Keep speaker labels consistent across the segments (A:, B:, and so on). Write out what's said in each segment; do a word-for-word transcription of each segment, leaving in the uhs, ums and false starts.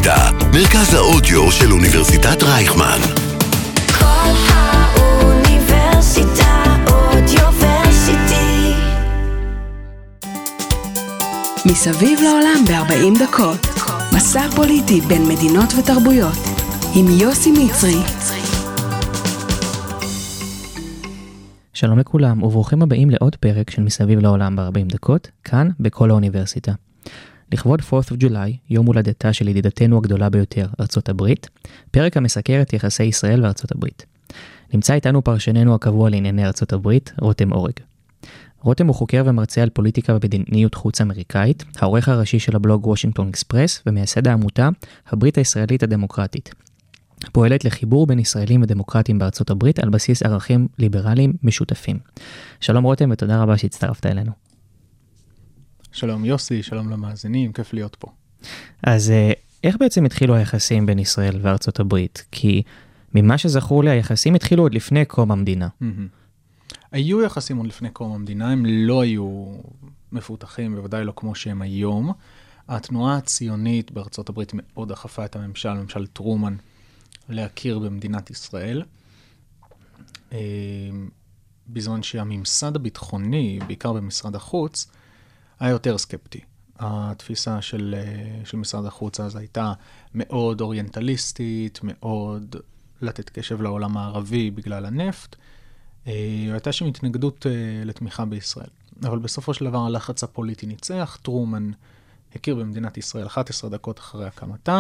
A: האוניברסיטה, מרכז האודיו של אוניברסיטת רייכמן.
B: כל האוניברסיטה אודיוורסיטי.
C: מסביב לעולם ב-ארבעים דקות. מסע פוליטי בין מדינות ותרבויות. עם יוסי מצרי.
D: שלום לכולם וברוכים הבאים לעוד פרק של מסביב לעולם ב-ארבעים דקות, כאן בכל האוניברסיטה. לכבוד פורת' אוף ג'ולי, יום הולדתה של ידידתנו הגדולה ביותר, ארצות הברית, פרק המסקר את יחסי ישראל וארצות הברית. נמצא איתנו פרשננו הקבוע לענייני ארצות הברית, רותם אורג. רותם הוא חוקר ומרצה על פוליטיקה ובמדיניות חוץ אמריקאית, העורך הראשי של הבלוג וושינגטון אקספרס ומייסד העמותה הברית הישראלית הדמוקרטית. פועלת לחיבור בין ישראלים ודמוקרטים בארצות הברית על בסיס ערכים ליברליים משותפים. שלום רותם ותודה רבה שהצטרפת אלינו.
E: שלום יוסי, שלום למאזינים, כיף להיות פה.
D: אז איך בעצם התחילו היחסים בין ישראל וארצות הברית? כי ממה שזכור לי היחסים התחילו עוד לפני קום המדינה.
E: היו יחסים עוד לפני קום המדינה, הם לא היו מפותחים, בוודאי לא כמו שהם היום. התנועה הציונית בארצות הברית מאוד דחפה את הממשל, ממשל טרומן, להכיר במדינת ישראל. בזמן שהממסד הביטחוני, בעיקר במשרד החוץ, היה יותר סקפטי. התפיסה של, של משרד החוץ אז הייתה מאוד אוריינטליסטית, מאוד לתת קשב לעולם הערבי בגלל הנפט. הייתה שם התנגדות לתמיכה בישראל. אבל בסופו של דבר הלחץ הפוליטי ניצח, טרומן הכיר במדינת ישראל אחת עשרה דקות אחרי הקמתה,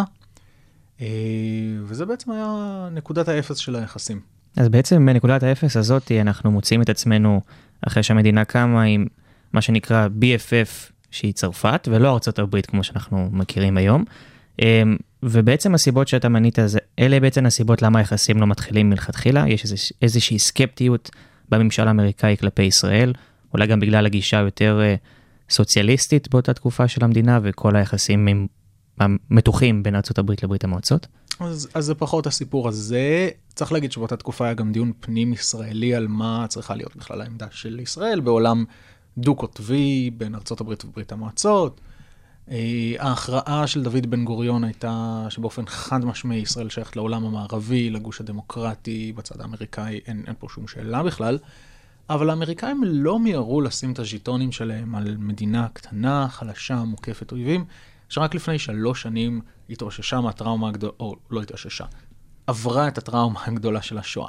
E: וזה בעצם היה נקודת האפס של היחסים.
D: אז בעצם בנקודת האפס הזאת אנחנו מוצאים את עצמנו אחרי שהמדינה קמה עם מה שנקרא בי אף אף שהיא צרפת, ולא ארצות הברית כמו שאנחנו מכירים היום. ובעצם הסיבות שאתה מנית, אלה בעצם הסיבות למה היחסים לא מתחילים מלכתחילה. יש איזוש, איזושהי סקפטיות בממשל האמריקאי כלפי ישראל, אולי גם בגלל הגישה יותר סוציאליסטית באותה תקופה של המדינה, וכל היחסים המתוחים בין ארצות הברית לברית המועצות.
E: אז, אז זה פחות הסיפור הזה. צריך להגיד שבאותה תקופה היה גם דיון פנים ישראלי על מה צריכה להיות בכלל העמדה של ישראל בעולם דו-קוטבי בין ארצות הברית וברית המועצות. ההכרעה של דוד בן גוריון הייתה שבאופן חד משמעי ישראל שייכת לעולם המערבי, לגוש הדמוקרטי, בצד האמריקאי, אין, אין פה שום שאלה בכלל. אבל האמריקאים לא מיהרו לשים את הז'יטונים שלהם על מדינה קטנה, חלשה, מוקפת אויבים, שרק לפני שלוש שנים התאוששה מהטראומה הגדולה, או לא התאוששה, עברה את הטראומה הגדולה של השואה.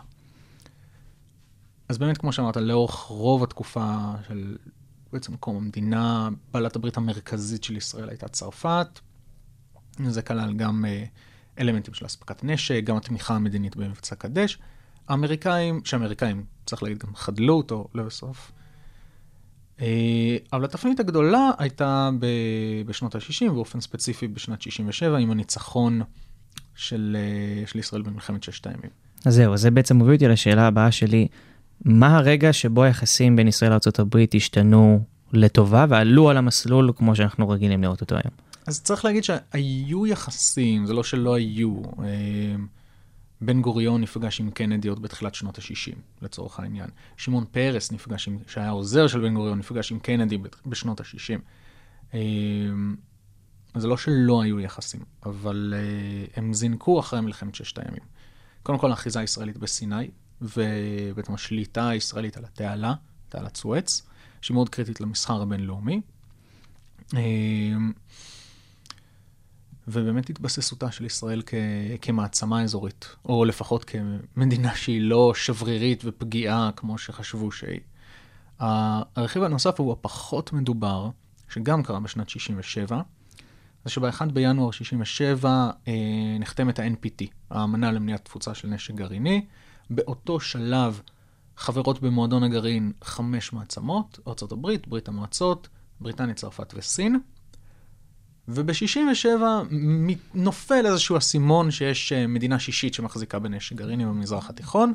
E: אז באמת, כמו שאמרת, לאורך רוב התקופה של בעצם קום המדינה, בעלת הברית המרכזית של ישראל הייתה צרפת. זה כלל גם אלמנטים של הספקת נשק, גם התמיכה המדינית במבצע קדש. האמריקאים, שהאמריקאים, צריך להגיד, גם חדלו אותו לבסוף. אבל התפנית הגדולה הייתה בשנות ה-שישים, באופן ספציפי בשנת שישים ושבע, עם הניצחון של, של ישראל במלחמת ששת הימים.
D: אז זהו, אז זה בעצם מוביל אותי לשאלה הבאה שלי, מה הרגע שבו היחסים בין ישראל לארצות הברית השתנו לטובה ועלו על המסלול כמו שאנחנו רגילים לראות אותו היום?
E: אז צריך להגיד שהיו יחסים, זה לא שלא היו. בן גוריון נפגש עם קנדי עוד בתחילת שנות ה-שישים, לצורך העניין. שמעון פרס נפגש עם, שהיה עוזר של בן גוריון, נפגש עם קנדי בשנות ה-שישים. זה לא שלא היו יחסים, אבל הם זינקו אחרי מלחמת ששת הימים. קודם כל, האחיזה הישראלית בסיני, ובעצם השליטה הישראלית על התעלה, תעלת סואץ, שהיא מאוד קריטית למסחר הבינלאומי. ובאמת התבססותה של ישראל כ- כמעצמה אזורית, או לפחות כמדינה שהיא לא שברירית ופגיעה כמו שחשבו שהיא. הרכיב הנוסף הוא הפחות מדובר, שגם קרה בשנת שישים ושבע, זה שב-אחד בינואר שישים ושבע אה, נחתמת ה-אן פי טי, האמנה למניעת תפוצה של נשק גרעיני. באותו שלב חברות במועדון הגרעין חמש מעצמות, ארצות הברית, ברית המועצות, בריטניה, צרפת וסין. וב-שישים ושבע נופל איזשהו אסימון שיש מדינה שישית שמחזיקה בנשק גרעיני במזרח התיכון.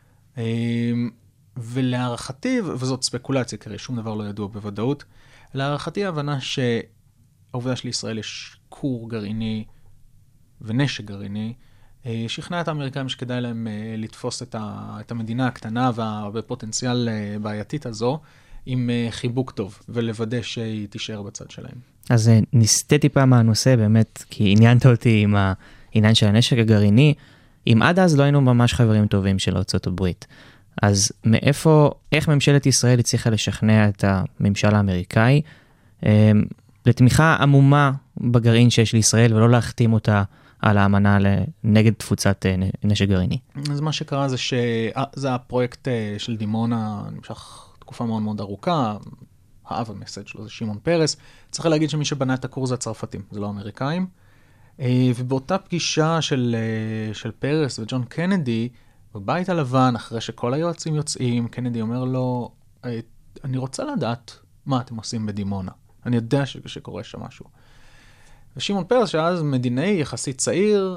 E: ולהערכתי, וזאת ספקולציה, כי שום דבר לא ידוע בוודאות, להערכתי ההבנה שהעובדה של ישראל יש כור גרעיני ונשק גרעיני, שכנע את האמריקאים שכדאי להם לתפוס את המדינה הקטנה והפוטנציאל בעייתית הזו, עם חיבוק טוב, ולוודא שהיא תישאר בצד שלהם.
D: אז נסתה טיפה מהנושא, באמת, כי עניינת אותי עם העניין של הנשק הגרעיני, אם עד אז לא היינו ממש חברים טובים של ארצות הברית. אז מאיפה, איך ממשלת ישראל הצליחה לשכנע את הממשל האמריקאי, לתמיכה עמומה בגרעין שיש לישראל, ולא להחתים אותה על האמנה נגד תפוצת נשק גרעיני?
E: אז מה שקרה זה שזה הפרויקט של דימונה, נמשך תקופה מאוד מאוד ארוכה, האב המסד שלו זה שמעון פרס. צריך להגיד שמי שבנה את הקורס זה הצרפתים, זה לא האמריקאים. ובאותה פגישה של, של פרס וג'ון קנדי, בבית הלבן, אחרי שכל היועצים יוצאים, קנדי אומר לו, אני רוצה לדעת מה אתם עושים בדימונה. אני יודע שקורה שם משהו. ושמעון פרס, שאז מדינאי יחסית צעיר,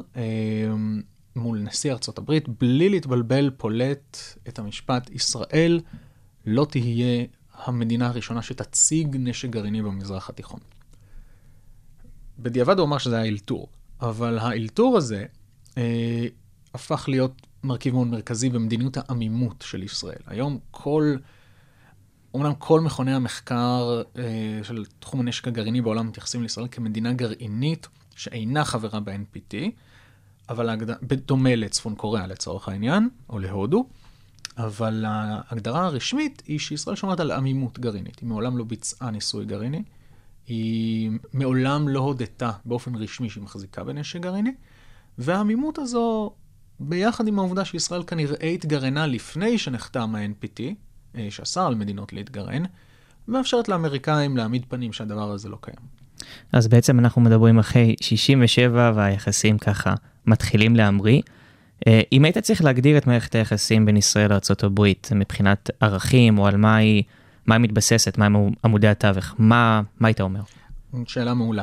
E: מול נשיא ארצות הברית, בלי להתבלבל פולט את המשפט, ישראל לא תהיה המדינה הראשונה שתציג נשק גרעיני במזרח התיכון. בדיעבד הוא אמר שזה היה אילתור, אבל האילתור הזה אה, הפך להיות מרכיב מאוד מרכזי במדיניות העמימות של ישראל. היום כל, אומנם כל מכוני המחקר אה, של תחום הנשק הגרעיני בעולם מתייחסים לישראל כמדינה גרעינית שאינה חברה ב-אן פי טי, אבל ההגד... בדומה לצפון קוריאה לצורך העניין, או להודו, אבל ההגדרה הרשמית היא שישראל שומרת על עמימות גרעינית. היא מעולם לא ביצעה ניסוי גרעיני, היא מעולם לא הודתה באופן רשמי שהיא מחזיקה בנשק גרעיני, והעמימות הזו, ביחד עם העובדה שישראל כנראה התגרענה לפני שנחתם ה-אן פי טי, שאסר על מדינות להתגרען, מאפשרת לאמריקאים להעמיד פנים שהדבר הזה לא קיים.
D: אז בעצם אנחנו מדברים אחרי שישים ושבע והיחסים ככה מתחילים להמריא. אם היית צריך להגדיר את מערכת היחסים בין ישראל לארצות הברית מבחינת ערכים או על מה היא, מה היא מתבססת, מה הם עמודי התווך, מה, מה היית אומר?
E: שאלה מעולה.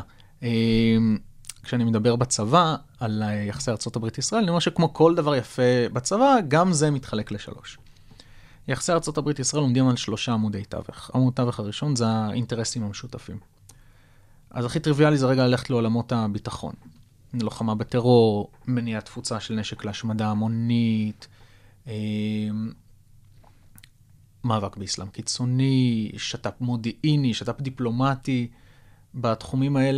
E: כשאני מדבר בצבא על יחסי ארצות הברית ישראל, אני אומר שכמו כל דבר יפה בצבא, גם זה מתחלק לשלוש. יחסי ארצות הברית ישראל עומדים על שלושה עמודי תווך. עמוד תווך הראשון זה האינטרסים המשותפים. אז הכי טריוויאלי זה רגע ללכת לעולמות הביטחון. לוחמה בטרור, מניעת תפוצה של נשק להשמדה המונית, מאבק באסלאם קיצוני, שת"פ מודיעיני, שת"פ דיפלומטי. בתחומים האלה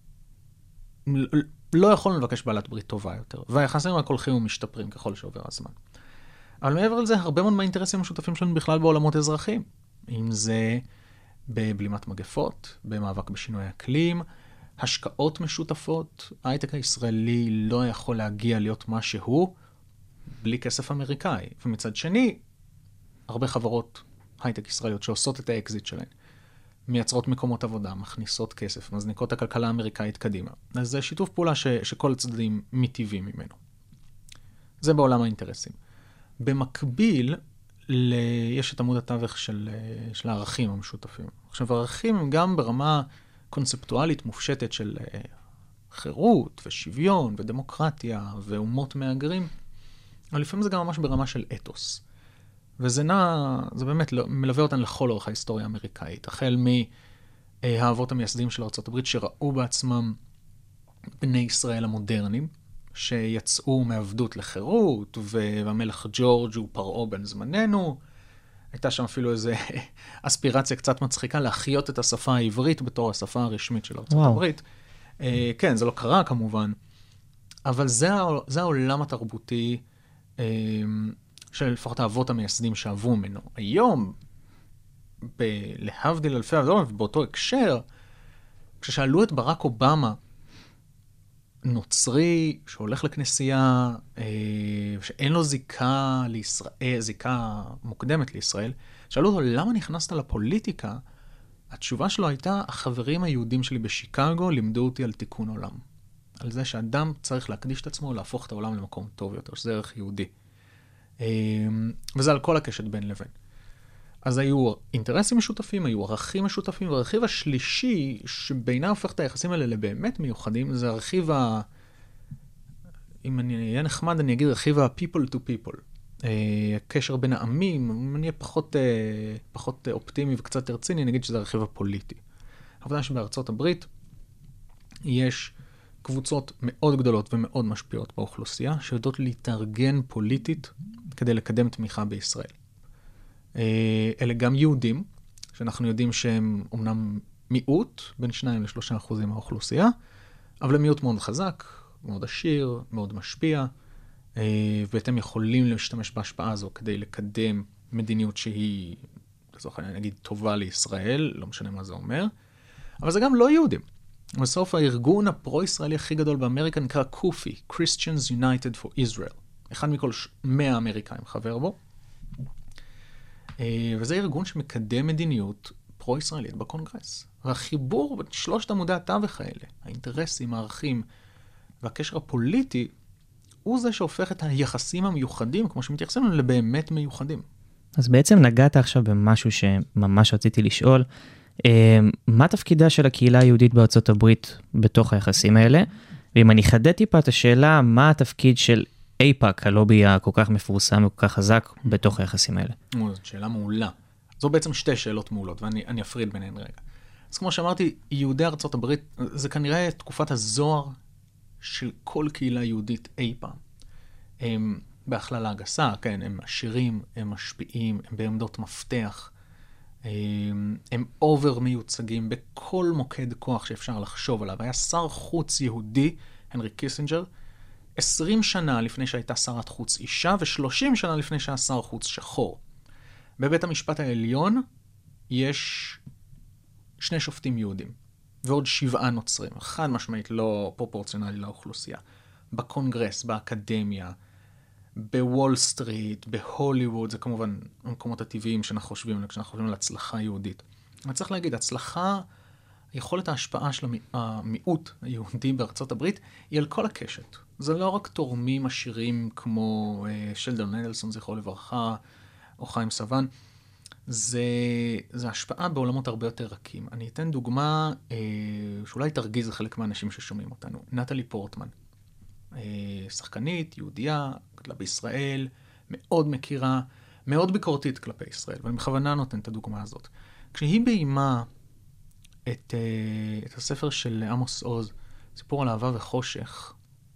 E: לא יכולנו לבקש בעלת ברית טובה יותר, והיחסים רק הולכים ומשתפרים ככל שעובר הזמן. אבל מעבר לזה, הרבה מאוד מהאינטרסים המשותפים שלנו בכלל בעולמות אזרחיים. אם זה בבלימת מגפות, במאבק בשינוי אקלים, השקעות משותפות. ההייטק הישראלי לא יכול להגיע להיות מה שהוא בלי כסף אמריקאי. ומצד שני, הרבה חברות הייטק ישראליות שעושות את האקזיט שלהן, מייצרות מקומות עבודה, מכניסות כסף, מזניקות את הכלכלה האמריקאית קדימה. אז זה שיתוף פעולה ש, שכל הצדדים מטיבים ממנו. זה בעולם האינטרסים. במקביל, ל... יש את עמוד התווך של, של הערכים המשותפים. עכשיו, הערכים הם גם ברמה קונספטואלית מופשטת של חירות ושוויון ודמוקרטיה ואומות מהגרים, אבל לפעמים זה גם ממש ברמה של אתוס. וזה נע, זה באמת מלווה אותן לכל אורך ההיסטוריה האמריקאית, החל מהאבות המייסדים של ארצות הברית שראו בעצמם בני ישראל המודרניים, שיצאו מעבדות לחירות, והמלך ג'ורג' הוא פרעה בן זמננו. הייתה שם אפילו איזו אספירציה קצת מצחיקה להחיות את השפה העברית בתור השפה הרשמית של ארצות וואו. הברית. אה, כן, זה לא קרה כמובן, אבל זה, זה העולם התרבותי אה, של לפחות האבות המייסדים שעברו ממנו. היום, ב- להבדיל אלפי הבדלות, ובאותו הקשר, כששאלו את ברק אובמה, נוצרי שהולך לכנסייה, שאין לו זיקה לישראל, זיקה מוקדמת לישראל, שאלו אותו, למה נכנסת לפוליטיקה? התשובה שלו הייתה, החברים היהודים שלי בשיקגו לימדו אותי על תיקון עולם. על זה שאדם צריך להקדיש את עצמו, להפוך את העולם למקום טוב יותר, שזה ערך יהודי. וזה על כל הקשת בין לבין. אז היו אינטרסים משותפים, היו ערכים משותפים, והרכיב השלישי שבינה הופך את היחסים האלה לבאמת מיוחדים, זה הרכיב ה... אם אני אהיה נחמד, אני אגיד רכיב ה-people to people. הקשר בין העמים, אם אני אהיה פחות, פחות אופטימי וקצת רציני, אני אגיד שזה הרכיב הפוליטי. העובדה שבארצות הברית יש קבוצות מאוד גדולות ומאוד משפיעות באוכלוסייה, שיודעות להתארגן פוליטית כדי לקדם תמיכה בישראל. אלה גם יהודים שאנחנו יודעים שהם אומנם מיעוט, בין שניים לשלושה אחוזים מהאוכלוסייה, אבל הם מיעוט מאוד חזק, מאוד עשיר, מאוד משפיע, ואתם יכולים להשתמש בהשפעה הזו כדי לקדם מדיניות שהיא, לצורך העניין, נגיד, טובה לישראל, לא משנה מה זה אומר, אבל זה גם לא יהודים. בסוף הארגון הפרו-ישראלי הכי גדול באמריקה נקרא קופי, Christians United for Israel. אחד מכל מאה אמריקאים חבר בו. וזה ארגון שמקדם מדיניות פרו-ישראלית בקונגרס. והחיבור בין שלושת עמודי התווך האלה, האינטרסים, הערכים והקשר הפוליטי, הוא זה שהופך את היחסים המיוחדים, כמו שמתייחסים לנו, לבאמת מיוחדים.
D: אז בעצם נגעת עכשיו במשהו שממש רציתי לשאול. מה תפקידה של הקהילה היהודית בארצות הברית בתוך היחסים האלה? ואם אני חדד טיפה את השאלה, מה התפקיד של אייפאק, הלובי הכל כך מפורסם וכל כך חזק, בתוך היחסים האלה?
E: זאת שאלה מעולה. זו בעצם שתי שאלות מעולות, ואני אפריד ביניהן רגע. אז כמו שאמרתי, יהודי ארצות הברית, זה כנראה תקופת הזוהר של כל קהילה יהודית אי פעם. הם בהכללה גסה, כן, הם עשירים, הם משפיעים, הם בעמדות מפתח, הם אובר מיוצגים בכל מוקד כוח שאפשר לחשוב עליו. היה שר חוץ יהודי, הנרי קיסינג'ר, עשרים שנה לפני שהייתה שרת חוץ אישה, ושלושים שנה לפני שהיה שר חוץ שחור. בבית המשפט העליון יש שני שופטים יהודים, ועוד שבעה נוצרים, חד משמעית לא פרופורציונלי לאוכלוסייה. בקונגרס, באקדמיה, בוול סטריט, בהוליווד, זה כמובן המקומות הטבעיים שאנחנו חושבים, כשאנחנו חושבים על הצלחה יהודית. אני צריך להגיד, הצלחה, יכולת ההשפעה של המיעוט היהודי בארצות הברית, היא על כל הקשת. זה לא רק תורמים עשירים כמו שלדון אדלסון, זכרו לברכה, או חיים סבן, זה, זה השפעה בעולמות הרבה יותר רכים. אני אתן דוגמה אה, שאולי תרגיז לחלק מהאנשים ששומעים אותנו. נטלי פורטמן, אה, שחקנית, יהודייה, גדלה בישראל, מאוד מכירה, מאוד ביקורתית כלפי ישראל, ואני בכוונה נותן את הדוגמה הזאת. כשהיא ביימה את, אה, את הספר של עמוס עוז, סיפור על אהבה וחושך,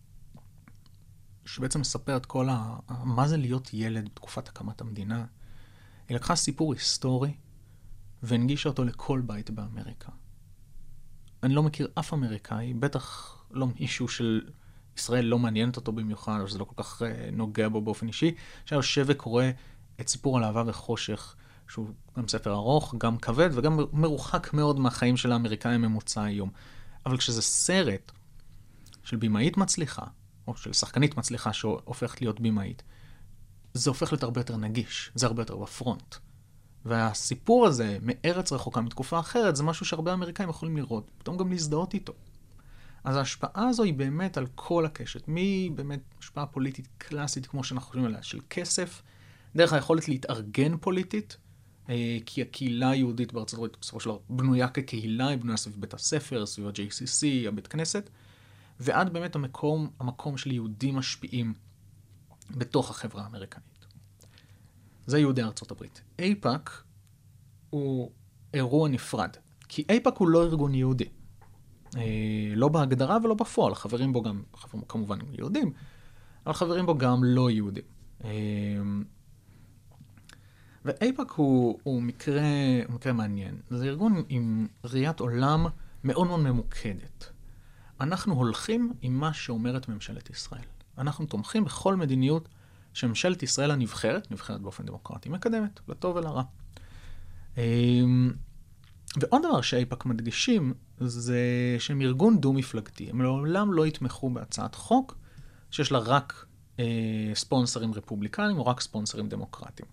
E: שבעצם מספר את כל ה... מה זה להיות ילד בתקופת הקמת המדינה, היא לקחה סיפור היסטורי והנגישה אותו לכל בית באמריקה. אני לא מכיר אף אמריקאי, בטח לא מישהו של ישראל לא מעניינת אותו במיוחד, או שזה לא כל כך נוגע בו באופן אישי, שהיה יושב וקורא את סיפור על אהבה וחושך, שהוא גם ספר ארוך, גם כבד, וגם מרוחק מאוד מהחיים של האמריקאי הממוצע היום. אבל כשזה סרט של בימאית מצליחה, או של שחקנית מצליחה שהופכת להיות בימאית, זה הופך להיות הרבה יותר נגיש, זה הרבה יותר בפרונט. והסיפור הזה, מארץ רחוקה, מתקופה אחרת, זה משהו שהרבה אמריקאים יכולים לראות, פתאום גם להזדהות איתו. אז ההשפעה הזו היא באמת על כל הקשת, מי באמת השפעה פוליטית קלאסית, כמו שאנחנו חושבים עליה, של כסף, דרך היכולת להתארגן פוליטית, כי הקהילה היהודית בארצות הברית, בסופו של דבר, בנויה כקהילה, היא בנויה סביב בית הספר, סביב ה-ג'יי סי סי, הבית כנסת, ועד באמת המקום, המקום של יהודים משפיעים בתוך החברה האמריקנית. זה יהודי ארצות הברית. אייפאק הוא אירוע נפרד, כי אייפאק הוא לא ארגון יהודי. אה, לא בהגדרה ולא בפועל. חברים בו גם, כמובן יהודים, אבל חברים בו גם לא יהודים. אה, ואייפאק הוא, הוא מקרה, מקרה מעניין. זה ארגון עם ראיית עולם מאוד מאוד ממוקדת. אנחנו הולכים עם מה שאומרת ממשלת ישראל. אנחנו תומכים בכל מדיניות שממשלת ישראל הנבחרת, נבחרת באופן דמוקרטי, מקדמת, לטוב ולרע. ועוד דבר שאייפאק מדגישים, זה שהם ארגון דו-מפלגתי. הם לעולם לא יתמכו בהצעת חוק שיש לה רק אה, ספונסרים רפובליקנים או רק ספונסרים דמוקרטיים.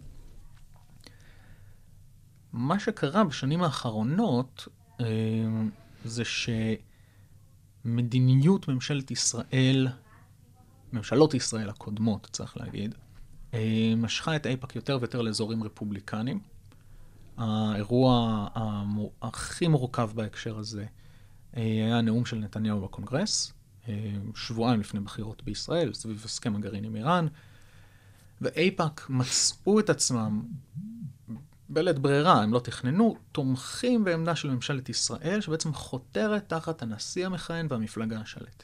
E: מה שקרה בשנים האחרונות אה, זה שמדיניות ממשלת ישראל, ממשלות ישראל הקודמות, צריך להגיד, משכה את אייפאק יותר ויותר לאזורים רפובליקניים. האירוע הכי מורכב בהקשר הזה היה הנאום של נתניהו בקונגרס, שבועיים לפני בחירות בישראל, סביב הסכם הגרעין עם איראן, ואייפאק מצאו את עצמם בלית ברירה, הם לא תכננו, תומכים בעמדה של ממשלת ישראל, שבעצם חותרת תחת הנשיא המכהן והמפלגה השלטת.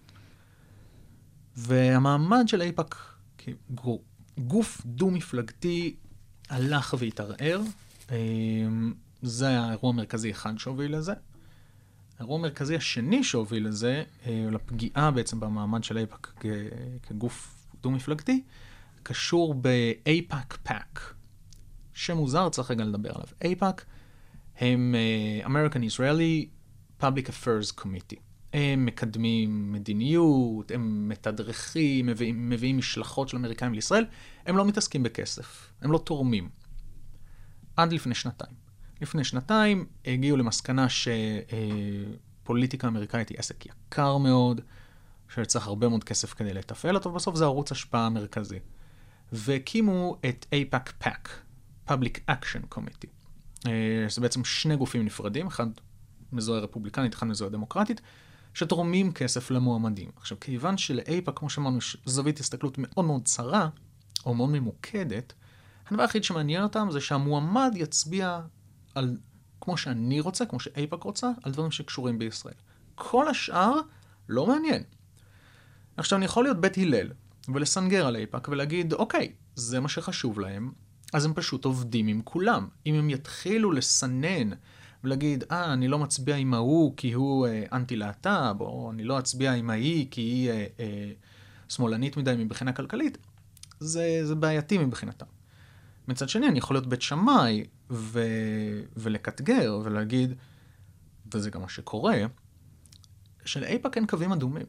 E: והמעמד של אייפאק כגוף דו-מפלגתי הלך והתערער. זה היה האירוע המרכזי אחד שהוביל לזה. האירוע המרכזי השני שהוביל לזה, לפגיעה בעצם במעמד של אייפאק כגוף דו-מפלגתי, קשור ב-אייפאק פאק. שם מוזר, צריך רגע לדבר עליו. אייפאק הם uh, American Israeli Public Affairs Committee. הם מקדמים מדיניות, הם מתדרכים, מביאים, מביאים משלחות של אמריקאים לישראל. הם לא מתעסקים בכסף, הם לא תורמים. עד לפני שנתיים. לפני שנתיים הגיעו למסקנה שפוליטיקה אמריקאית היא עסק יקר מאוד, שצריך הרבה מאוד כסף כדי לתפעל אותו, ובסוף זה ערוץ השפעה המרכזי. והקימו את אייפאק פאק, Public Action Committee. זה בעצם שני גופים נפרדים, אחד מזוהה רפובליקנית, אחד מזוהה דמוקרטית, שתורמים כסף למועמדים. עכשיו, כיוון שלאייפאק, כמו שאמרנו, זווית הסתכלות מאוד מאוד צרה, או מאוד ממוקדת, הדבר היחיד שמעניין אותם זה שהמועמד יצביע על, כמו שאני רוצה, כמו שאייפאק רוצה, על דברים שקשורים בישראל. כל השאר לא מעניין. עכשיו, אני יכול להיות בית הלל, ולסנגר על אייפאק, ולהגיד, אוקיי, זה מה שחשוב להם, אז הם פשוט עובדים עם כולם. אם הם יתחילו לסנן, ולהגיד, אה, אני לא מצביע עם ההוא כי הוא אה, אנטי-להט"ב, או אני לא אצביע עם ההיא כי היא אה, אה, שמאלנית מדי מבחינה כלכלית, זה, זה בעייתי מבחינתם. מצד שני, אני יכול להיות בית שמאי ו... ולקטגר ולהגיד, וזה גם מה שקורה, שלאייפאק אין קווים אדומים.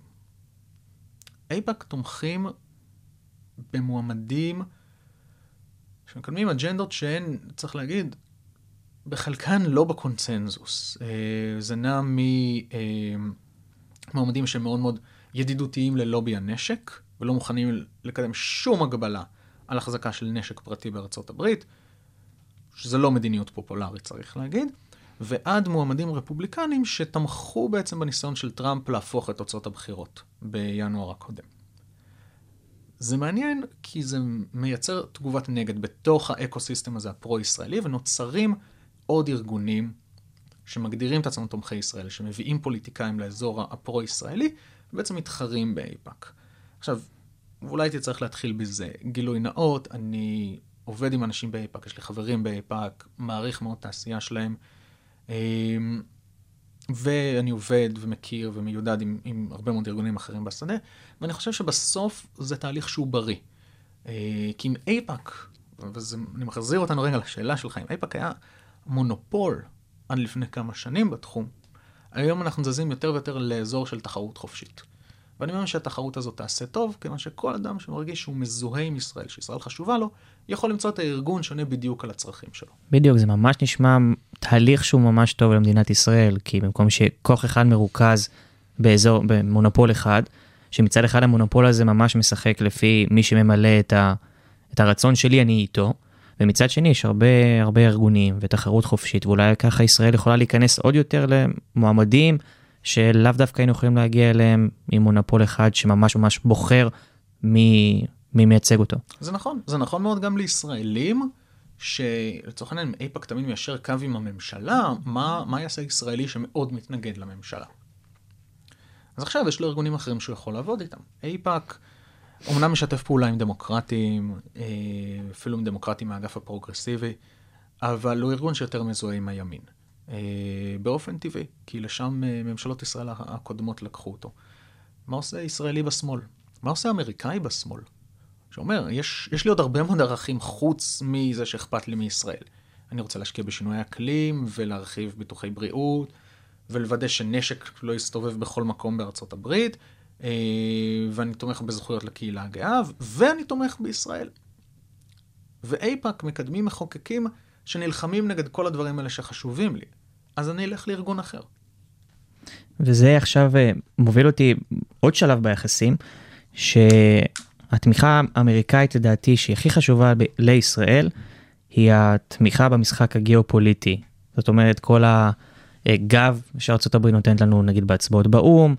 E: אייפאק תומכים במועמדים שמקדמים אג'נדות שהן, צריך להגיד, בחלקן לא בקונצנזוס. זה נע ממועמדים שהם מאוד מאוד ידידותיים ללובי הנשק, ולא מוכנים לקדם שום הגבלה על החזקה של נשק פרטי בארצות הברית, שזה לא מדיניות פופולרית, צריך להגיד, ועד מועמדים רפובליקנים שתמכו בעצם בניסיון של טראמפ להפוך את תוצאות הבחירות בינואר הקודם. זה מעניין כי זה מייצר תגובת נגד בתוך האקוסיסטם הזה הפרו-ישראלי, ונוצרים עוד ארגונים שמגדירים את עצמם תומכי ישראל, שמביאים פוליטיקאים לאזור הפרו-ישראלי, ובעצם מתחרים באייפאק. עכשיו, ואולי הייתי צריך להתחיל בזה. גילוי נאות, אני עובד עם אנשים באייפאק, יש לי חברים באייפאק, מעריך מאוד תעשייה שלהם, ואני עובד ומכיר ומיודד עם, עם הרבה מאוד ארגונים אחרים בשדה, ואני חושב שבסוף זה תהליך שהוא בריא. כי עם אייפאק, ואני מחזיר אותנו רגע לשאלה שלך, אם אייפאק היה מונופול עד לפני כמה שנים בתחום, היום אנחנו זזים יותר ויותר לאזור של תחרות חופשית. ואני מאמין שהתחרות הזאת תעשה טוב, כיוון שכל אדם שמרגיש שהוא מזוהה עם ישראל, שישראל חשובה לו, יכול למצוא את הארגון שונה בדיוק על הצרכים שלו.
D: בדיוק, זה ממש נשמע תהליך שהוא ממש טוב למדינת ישראל, כי במקום שכוח אחד מרוכז באזור, במונופול אחד, שמצד אחד המונופול הזה ממש משחק לפי מי שממלא את, ה, את הרצון שלי, אני איתו, ומצד שני יש הרבה, הרבה ארגונים ותחרות חופשית, ואולי ככה ישראל יכולה להיכנס עוד יותר למועמדים, שלאו דווקא היינו יכולים להגיע אליהם עם מונופול אחד שממש ממש בוחר מי, מי מייצג אותו.
E: זה נכון, זה נכון מאוד גם לישראלים, שלצורך העניין אייפאק תמיד מיישר קו עם הממשלה, מה, מה יעשה ישראלי שמאוד מתנגד לממשלה. אז עכשיו יש לו ארגונים אחרים שהוא יכול לעבוד איתם. אייפאק אומנם משתף פעולה עם דמוקרטים, אפילו עם דמוקרטים מהאגף הפרוגרסיבי, אבל הוא ארגון שיותר מזוהה עם הימין. באופן טבעי, כי לשם ממשלות ישראל הקודמות לקחו אותו. מה עושה ישראלי בשמאל? מה עושה אמריקאי בשמאל? שאומר, יש, יש לי עוד הרבה מאוד ערכים חוץ מזה שאכפת לי מישראל. אני רוצה להשקיע בשינוי אקלים ולהרחיב ביטוחי בריאות, ולוודא שנשק לא יסתובב בכל מקום בארצות הברית, ואני תומך בזכויות לקהילה הגאה, ואני תומך בישראל. ואייפאק מקדמים מחוקקים שנלחמים נגד כל הדברים האלה שחשובים לי. אז אני אלך לארגון אחר.
D: וזה עכשיו מוביל אותי עוד שלב ביחסים, שהתמיכה האמריקאית לדעתי שהיא הכי חשובה לישראל, היא התמיכה במשחק הגיאופוליטי. זאת אומרת, כל הגב שארצות הברית נותנת לנו, נגיד בהצבעות באום,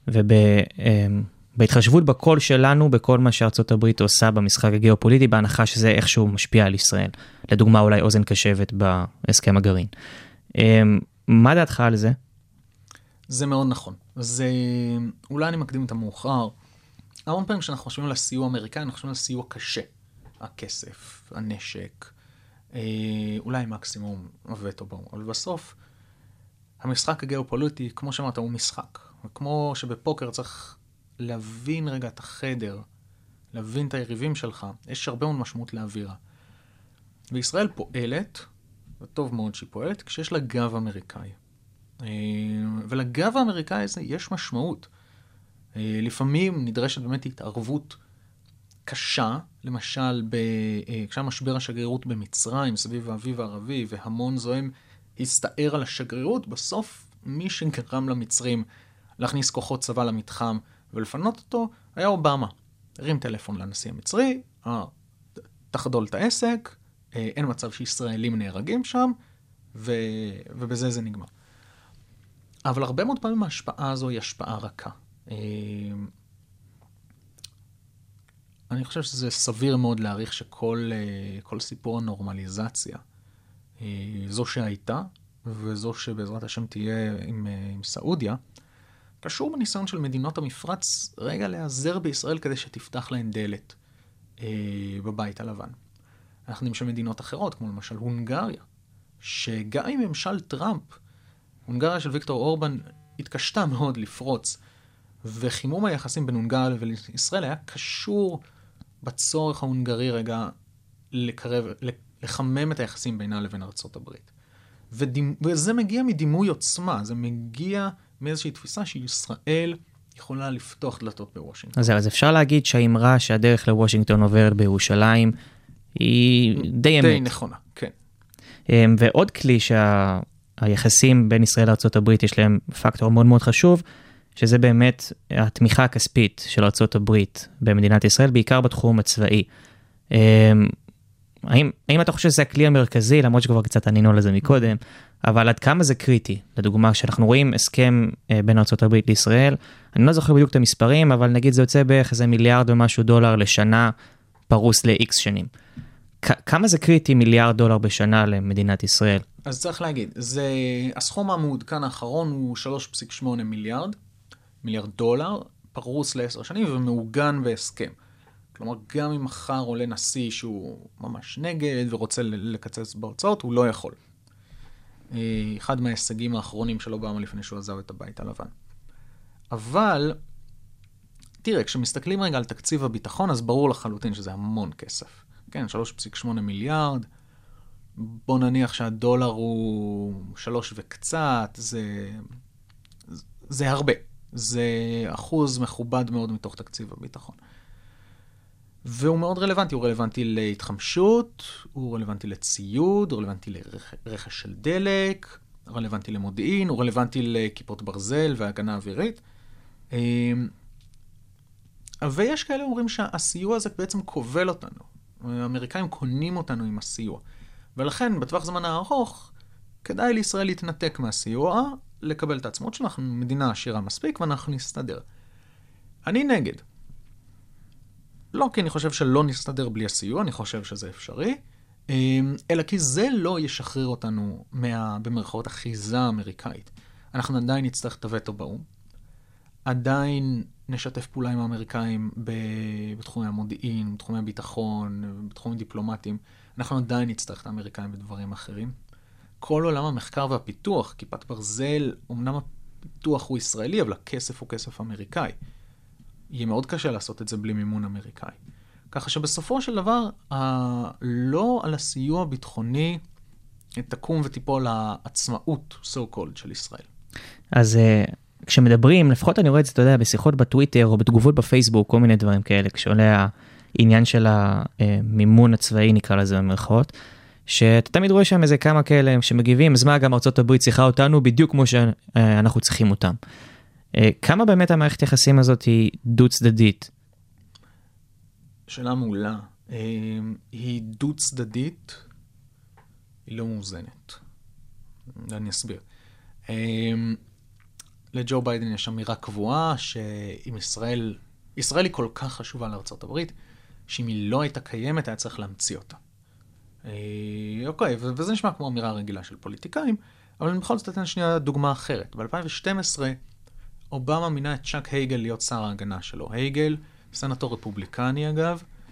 D: ובהתחשבות בכל שלנו, בכל מה שארצות הברית עושה במשחק הגיאופוליטי, בהנחה שזה איכשהו משפיע על ישראל. לדוגמה, אולי אוזן קשבת בהסכם הגרעין. מה דעתך על זה?
E: זה מאוד נכון. זה, אולי אני מקדים את המאוחר. המון פעמים כשאנחנו חושבים על הסיוע האמריקאי, אנחנו חושבים על סיוע קשה. הכסף, הנשק, אולי מקסימום וטו באום, אבל בסוף המשחק הגיאופוליטי, כמו שאמרת, הוא משחק. וכמו שבפוקר צריך להבין רגע את החדר, להבין את היריבים שלך, יש הרבה מאוד משמעות לאווירה. וישראל פועלת, וטוב מאוד שהיא פועלת, כשיש לה גב אמריקאי. ולגב האמריקאי הזה יש משמעות. לפעמים נדרשת באמת התערבות קשה, למשל, כשהמשבר השגרירות במצרים, סביב האביב הערבי, והמון זוהם הסתער על השגרירות, בסוף מי שגרם למצרים להכניס כוחות צבא למתחם ולפנות אותו, היה אובמה. הרים טלפון לנשיא המצרי, תחדול את העסק, אין מצב שישראלים נהרגים שם, ו... ובזה זה נגמר. אבל הרבה מאוד פעמים ההשפעה הזו היא השפעה רכה. אני חושב שזה סביר מאוד להעריך שכל כל סיפור הנורמליזציה, זו שהייתה, וזו שבעזרת השם תהיה עם, עם סעודיה, קשור בניסיון של מדינות המפרץ רגע להיעזר בישראל כדי שתפתח להן דלת בבית הלבן. אנחנו יודעים שמדינות אחרות, כמו למשל הונגריה, שגם עם ממשל טראמפ, הונגריה של ויקטור אורבן התקשתה מאוד לפרוץ, וחימום היחסים בין הונגריה וישראל היה קשור בצורך ההונגרי רגע לקרב, לחמם את היחסים בינה לבין ארצות הברית. ודימ... וזה מגיע מדימוי עוצמה, זה מגיע מאיזושהי תפיסה שישראל יכולה לפתוח דלתות בוושינגטון.
D: אז, אז אפשר להגיד שהאמרה שהדרך לוושינגטון עוברת בירושלים היא די אמת.
E: די נכונה, כן.
D: ועוד כלי שהיחסים בין ישראל לארצות הברית יש להם פקטור מאוד מאוד חשוב, שזה באמת התמיכה הכספית של ארצות הברית במדינת ישראל, בעיקר בתחום הצבאי. האם, האם אתה חושב שזה הכלי המרכזי, למרות שכבר קצת ענינו לזה מקודם, אבל עד כמה זה קריטי? לדוגמה, שאנחנו רואים הסכם בין ארצות הברית לישראל, אני לא זוכר בדיוק את המספרים, אבל נגיד זה יוצא בערך איזה מיליארד ומשהו דולר לשנה, פרוס ל-X שנים. כ- כמה זה קריטי מיליארד דולר בשנה למדינת ישראל?
E: אז צריך להגיד, זה, הסכום המעודכן האחרון הוא שלוש נקודה שמונה מיליארד, מיליארד דולר, פרוס ל-עשר שנים ומעוגן בהסכם. כלומר, גם אם מחר עולה נשיא שהוא ממש נגד ורוצה לקצץ בהוצאות, הוא לא יכול. אחד מההישגים האחרונים של אובמה לפני שהוא עזב את הבית הלבן. אבל, תראה, כשמסתכלים רגע על תקציב הביטחון, אז ברור לחלוטין שזה המון כסף. כן, שלוש נקודה שמונה מיליארד, בוא נניח שהדולר הוא שלוש וקצת, זה, זה הרבה. זה אחוז מכובד מאוד מתוך תקציב הביטחון. והוא מאוד רלוונטי, הוא רלוונטי להתחמשות, הוא רלוונטי לציוד, הוא רלוונטי לרכש של דלק, הוא רלוונטי למודיעין, הוא רלוונטי לכיפות ברזל והגנה אווירית. ויש כאלה אומרים שהסיוע הזה בעצם כובל אותנו. האמריקאים קונים אותנו עם הסיוע. ולכן, בטווח זמן הארוך, כדאי לישראל להתנתק מהסיוע, לקבל את העצמאות שלנו, אנחנו מדינה עשירה מספיק ואנחנו נסתדר. אני נגד. לא כי אני חושב שלא נסתדר בלי הסיוע, אני חושב שזה אפשרי, אלא כי זה לא ישחרר אותנו מה, במרכאות אחיזה האמריקאית. אנחנו עדיין נצטרך את הווטו באום, עדיין נשתף פעולה עם האמריקאים בתחומי המודיעין, בתחומי הביטחון, בתחומים דיפלומטיים, אנחנו עדיין נצטרך את האמריקאים בדברים אחרים. כל עולם המחקר והפיתוח, כיפת ברזל, אמנם הפיתוח הוא ישראלי, אבל הכסף הוא כסף אמריקאי. יהיה מאוד קשה לעשות את זה בלי מימון אמריקאי. ככה שבסופו של דבר, לא על הסיוע הביטחוני תקום וטיפול העצמאות, so called, של ישראל.
D: אז כשמדברים, לפחות אני רואה את זה, אתה יודע, בשיחות בטוויטר או בתגובות בפייסבוק, כל מיני דברים כאלה, כשעולה העניין של המימון הצבאי, נקרא לזה במרכאות, שאתה תמיד רואה שם איזה כמה כאלה שמגיבים, אז מה גם ארצות הברית צריכה אותנו בדיוק כמו שאנחנו צריכים אותם. כמה באמת המערכת יחסים הזאת היא דו צדדית?
E: שאלה מעולה. היא דו צדדית, היא לא מאוזנת. אני אסביר. לג'ו ביידן יש אמירה קבועה שאם ישראל, ישראל היא כל כך חשובה לארצות הברית, שאם היא לא הייתה קיימת, היה צריך להמציא אותה. אוקיי, וזה נשמע כמו אמירה רגילה של פוליטיקאים, אבל אני בכל זאת אתן שנייה דוגמה אחרת. ב-אלפיים ושתים עשרה, אובמה מינה את צ'אק הייגל להיות שר ההגנה שלו. הייגל, סנטור רפובליקני אגב,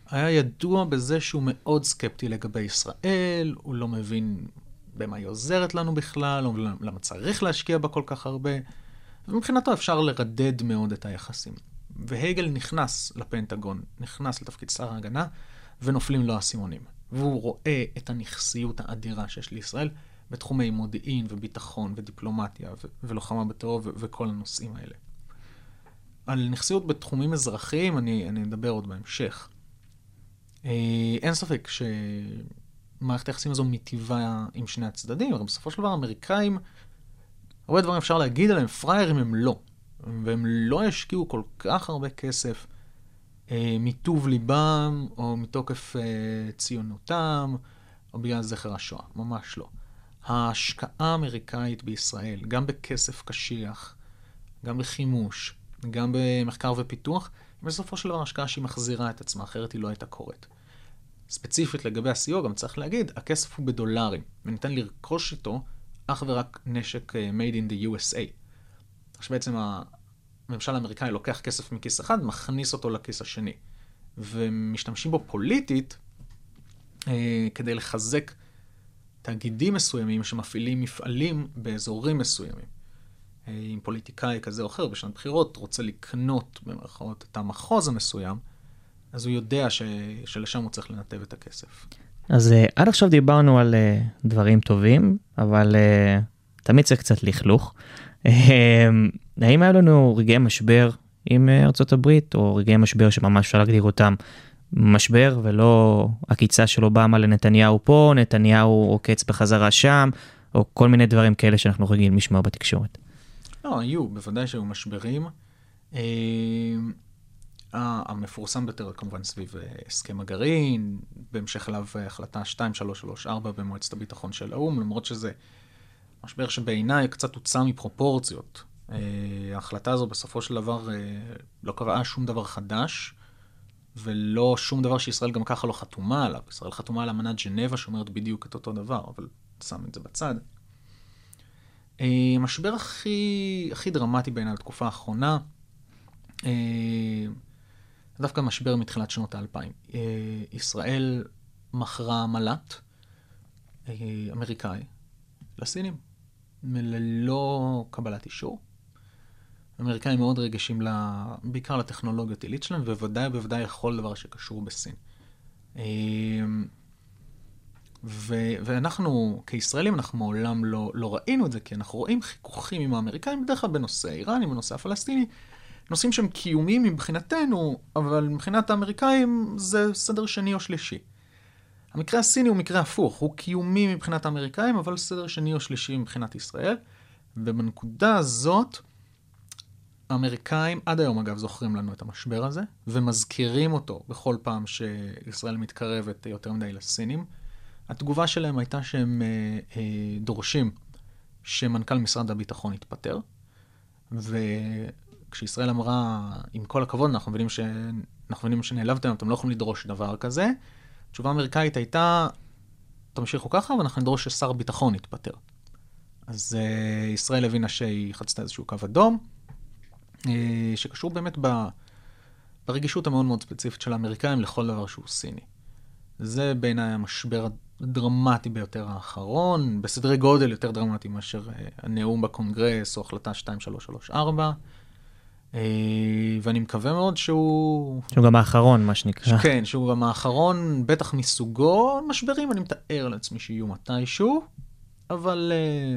E: היה ידוע בזה שהוא מאוד סקפטי לגבי ישראל, הוא לא מבין במה היא עוזרת לנו בכלל, או למה צריך להשקיע בה כל כך הרבה, ומבחינתו אפשר לרדד מאוד את היחסים. והגל נכנס לפנטגון, נכנס לתפקיד שר ההגנה, ונופלים לו הסימונים. והוא רואה את הנכסיות האדירה שיש לישראל, בתחומי מודיעין וביטחון ודיפלומטיה ו- ולוחמה בטרור ו- וכל הנושאים האלה. על נכסיות בתחומים אזרחיים אני, אני אדבר עוד בהמשך. אה, אין ספק שמערכת היחסים הזו מטיבה עם שני הצדדים, אבל בסופו של דבר האמריקאים, הרבה דברים אפשר להגיד עליהם, פריירים הם לא. והם לא ישקיעו כל כך הרבה כסף אה, מטוב ליבם, או מתוקף אה, ציונותם, או בגלל זכר השואה. ממש לא. ההשקעה האמריקאית בישראל, גם בכסף קשיח, גם בחימוש, גם במחקר ופיתוח, היא בסופו של דבר השקעה שהיא מחזירה את עצמה, אחרת היא לא הייתה קורית. ספציפית לגבי הסיוע, גם צריך להגיד, הכסף הוא בדולרים, וניתן לרכוש איתו אך ורק נשק made in the יו אס איי. שבעצם הממשל האמריקאי לוקח כסף מכיס אחד, מכניס אותו לכיס השני. ומשתמשים בו פוליטית אה, כדי לחזק תאגידים מסוימים שמפעילים מפעלים באזורים מסוימים. אה, אם פוליטיקאי כזה או אחר בשנת בחירות רוצה לקנות במרכאות את המחוז המסוים, אז הוא יודע ש... שלשם הוא צריך לנתב את הכסף.
D: אז uh, עד עכשיו דיברנו על uh, דברים טובים, אבל uh, תמיד צריך קצת לכלוך. Uh, האם היה לנו רגעי משבר עם uh, ארצות הברית, או רגעי משבר שממש אפשר להגדיר אותם משבר, ולא הקיצה של אובמה לנתניהו פה, נתניהו עוקץ בחזרה שם, או כל מיני דברים כאלה שאנחנו רגילים לשמוע בתקשורת?
E: לא, היו, בוודאי שהיו משברים. Uh... המפורסם ביותר כמובן סביב הסכם הגרעין, בהמשך אליו החלטה שתיים שלוש שלוש ארבע במועצת הביטחון של האו"ם, למרות שזה משבר שבעיניי קצת הוצא מפרופורציות. ההחלטה הזו בסופו של דבר לא קבעה שום דבר חדש, ולא שום דבר שישראל גם ככה לא חתומה עליו. ישראל חתומה על אמנת ז'נבה שאומרת בדיוק את אותו דבר, אבל שם את זה בצד. המשבר הכי, הכי דרמטי בעיניי לתקופה האחרונה, דווקא משבר מתחילת שנות האלפיים. ישראל מכרה מל"ט אמריקאי לסינים, ללא קבלת אישור. אמריקאים מאוד רגישים לה, בעיקר לטכנולוגיות עילית שלהם, ובוודאי בוודאי לכל דבר שקשור בסין. ו- ואנחנו, כישראלים, אנחנו מעולם לא, לא ראינו את זה, כי אנחנו רואים חיכוכים עם האמריקאים, בדרך כלל בנושא איראני, בנושא הפלסטיני, נושאים שהם קיומיים מבחינתנו, אבל מבחינת האמריקאים זה סדר שני או שלישי. המקרה הסיני הוא מקרה הפוך, הוא קיומי מבחינת האמריקאים, אבל סדר שני או שלישי מבחינת ישראל, ובנקודה הזאת, האמריקאים עד היום אגב זוכרים לנו את המשבר הזה, ומזכירים אותו בכל פעם שישראל מתקרבת יותר מדי לסינים. התגובה שלהם הייתה שהם אה, אה, דורשים שמנכ"ל משרד הביטחון יתפטר, וכשישראל אמרה, עם כל הכבוד, אנחנו מבינים, ש... אנחנו מבינים שנעלבתם, אתם לא יכולים לדרוש דבר כזה, התשובה האמריקאית הייתה, תמשיכו ככה, ואנחנו נדרוש ששר הביטחון יתפטר. אז אה, ישראל הבינה שהיא חצתה איזשהו קו אדום, אה, שקשור באמת ב... ברגישות המאוד מאוד ספציפית של האמריקאים לכל דבר שהוא סיני. זה בעיניי המשבר הדרמטי ביותר האחרון, בסדרי גודל יותר דרמטי מאשר הנאום בקונגרס או החלטה שתיים שלוש שלוש ארבע, ואני מקווה מאוד שהוא...
D: שהוא גם האחרון, מה שנקרא.
E: כן, שהוא גם האחרון, בטח מסוגו, משברים, אני מתאר לעצמי שיהיו מתישהו, אבל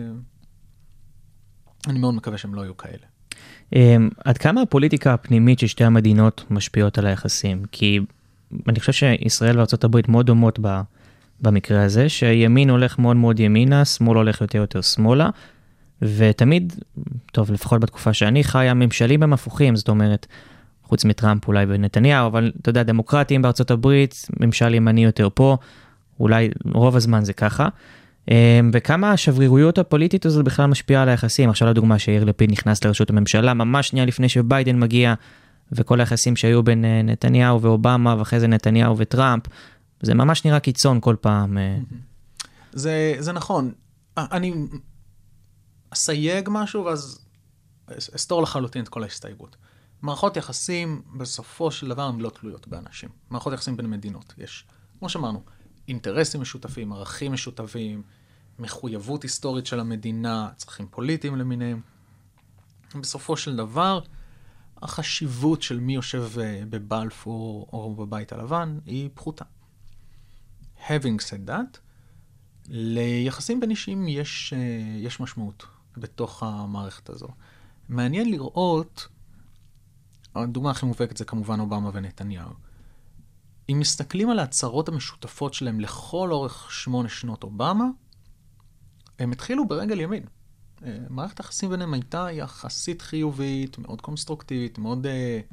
E: אני מאוד מקווה שהם לא יהיו כאלה.
D: עד כמה הפוליטיקה הפנימית של שתי המדינות משפיעות על היחסים? כי אני חושב שישראל וארצות הברית מאוד דומות במקרה הזה, שימין הולך מאוד מאוד ימינה, שמאל הולך יותר יותר שמאלה, ותמיד, טוב, לפחות בתקופה שאני חי, הממשלים הם הפוכים, זאת אומרת, חוץ מטראמפ אולי בנתניהו, אבל אתה יודע, דמוקרטים בארצות הברית, ממשל ימני יותר פה, אולי רוב הזמן זה ככה, וכמה השברירויות הפוליטית הזאת בכלל משפיעה על היחסים. עכשיו לדוגמה שיאיר לפיד נכנס לראשות הממשלה, ממש שנייה לפני שביידן מגיע, וכל היחסים שהיו בין נתניהו ואובמה, ואחרי זה נתניהו וטראמפ, זה ממש נראה קיצון כל פעם.
E: זה, זה נכון. אני אסייג משהו, ואז אסתור לחלוטין את כל ההסתייגות. מערכות יחסים בסופו של דבר הן לא תלויות באנשים. מערכות יחסים בין מדינות. יש, כמו שאמרנו, אינטרסים משותפים, ערכים משותפים, מחויבות היסטורית של המדינה, צרכים פוליטיים למיניהם. בסופו של דבר, החשיבות של מי יושב בבלפור או בבית הלבן היא פחותה. Having said that, ליחסים בין אישים יש, יש משמעות בתוך המערכת הזו. מעניין לראות, הדוגמה הכי מובהקת זה כמובן אובמה ונתניהו. אם מסתכלים על ההצהרות המשותפות שלהם לכל אורך שמונה שנות אובמה, הם התחילו ברגל ימין. מערכת היחסים ביניהם הייתה יחסית חיובית, מאוד קונסטרוקטיבית, מאוד...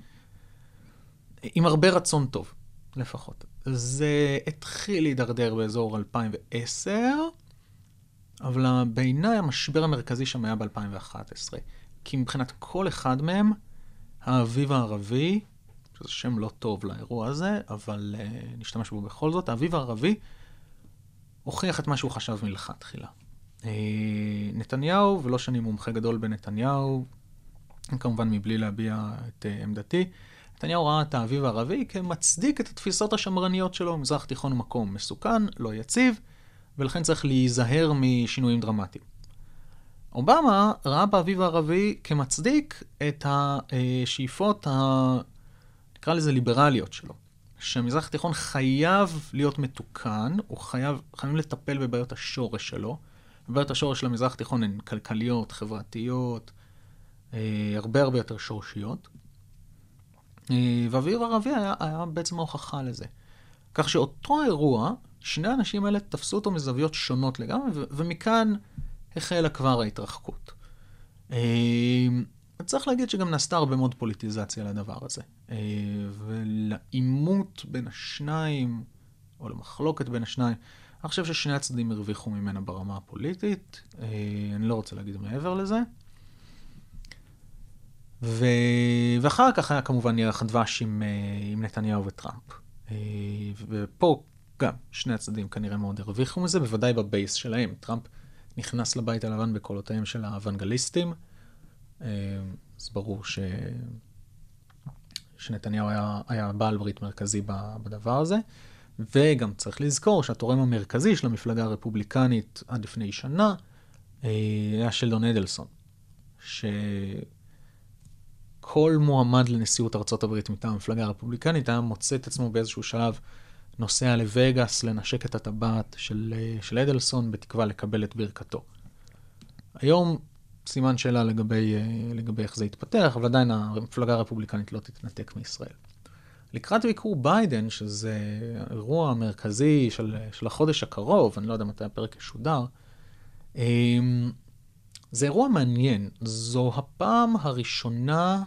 E: עם הרבה רצון טוב, לפחות. זה התחיל להידרדר באזור אלפיים ועשר, אבל בעיניי המשבר המרכזי שם היה ב-אלפיים ואחת עשרה. כי מבחינת כל אחד מהם, האביב הערבי, שזה שם לא טוב לאירוע הזה, אבל uh, נשתמש בו בכל זאת, האביב הערבי הוכיח את מה שהוא חשב מלכתחילה. Uh, נתניהו, ולא שאני מומחה גדול בנתניהו, כמובן מבלי להביע את uh, עמדתי, נתניהו ראה את האביב הערבי כמצדיק את התפיסות השמרניות שלו, מזרח תיכון מקום מסוכן, לא יציב, ולכן צריך להיזהר משינויים דרמטיים. אובמה ראה באביב הערבי כמצדיק את השאיפות, ה... נקרא לזה ליברליות שלו. שהמזרח התיכון חייב להיות מתוקן, הוא חייב, חייבים לטפל בבעיות השורש שלו. בבעיות השורש של המזרח התיכון הן כלכליות, חברתיות, הרבה הרבה יותר שורשיות. והאביב הערבי היה, היה בעצם ההוכחה לזה. כך שאותו אירוע, שני האנשים האלה תפסו אותו מזוויות שונות לגמרי, ו- ומכאן החלה כבר ההתרחקות. צריך להגיד שגם נעשתה הרבה מאוד פוליטיזציה לדבר הזה. ולעימות בין השניים, או למחלוקת בין השניים, אני חושב ששני הצדדים הרוויחו ממנה ברמה הפוליטית. אני לא רוצה להגיד מעבר לזה. ו... ואחר כך היה כמובן ירח הדבש עם, עם נתניהו וטראמפ. ופה גם שני הצדדים כנראה מאוד הרוויחו מזה, בוודאי בבייס שלהם. טראמפ נכנס לבית הלבן בקולותיהם של האוונגליסטים. אז ברור ש... שנתניהו היה, היה בעל ברית מרכזי בדבר הזה. וגם צריך לזכור שהתורם המרכזי של המפלגה הרפובליקנית עד לפני שנה היה שלדון אדלסון. ש... כל מועמד לנשיאות ארצות הברית מטעם המפלגה הרפובליקנית היה מוצא את עצמו באיזשהו שלב נוסע לווגאס לנשק את הטבעת של, של אדלסון בתקווה לקבל את ברכתו. היום סימן שאלה לגבי, לגבי איך זה יתפתח, אבל עדיין המפלגה הרפובליקנית לא תתנתק מישראל. לקראת ביקור ביידן, שזה אירוע מרכזי של, של החודש הקרוב, אני לא יודע מתי הפרק ישודר, זה אירוע מעניין. זו הפעם הראשונה,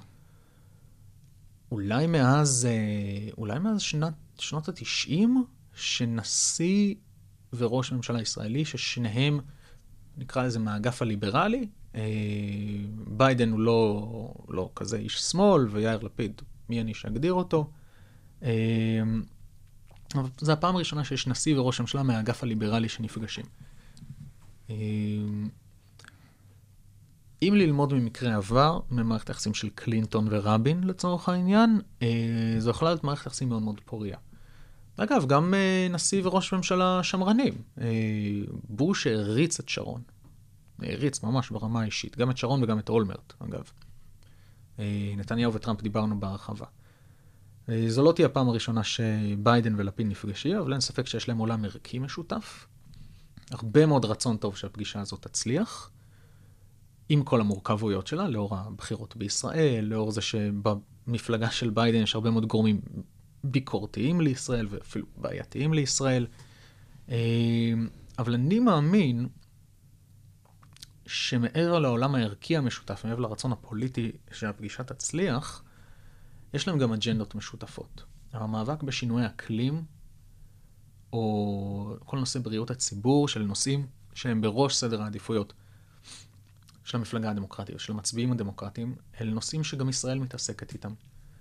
E: אולי מאז, אולי מאז שנת, שנות התשעים, שנשיא וראש ממשלה ישראלי, ששניהם, נקרא לזה מהאגף הליברלי, ביידן הוא לא, לא כזה איש שמאל, ויאיר לפיד, מי אני שאגדיר אותו. אבל זו הפעם הראשונה שיש נשיא וראש ממשלה מהאגף הליברלי שנפגשים. אם ללמוד ממקרה עבר, ממערכת היחסים של קלינטון ורבין לצורך העניין, זו יכולה להיות מערכת יחסים מאוד מאוד פוריה. אגב, גם נשיא וראש ממשלה שמרנים. בוש הריץ את שרון. הריץ ממש ברמה האישית. גם את שרון וגם את אולמרט, אגב. נתניהו וטראמפ דיברנו בהרחבה. זו לא תהיה הפעם הראשונה שביידן ולפיד נפגשים, אבל אין ספק שיש להם עולם ערכי משותף. הרבה מאוד רצון טוב שהפגישה הזאת תצליח. עם כל המורכבויות שלה, לאור הבחירות בישראל, לאור זה שבמפלגה של ביידן יש הרבה מאוד גורמים ביקורתיים לישראל, ואפילו בעייתיים לישראל. אבל אני מאמין שמעבר לעולם הערכי המשותף, מעבר לרצון הפוליטי שהפגישה תצליח, יש להם גם אג'נדות משותפות. המאבק בשינוי אקלים, או כל נושא בריאות הציבור, של נושאים שהם בראש סדר העדיפויות של המפלגה הדמוקרטית, של המצביעים הדמוקרטיים, אלה נושאים שגם ישראל מתעסקת איתם.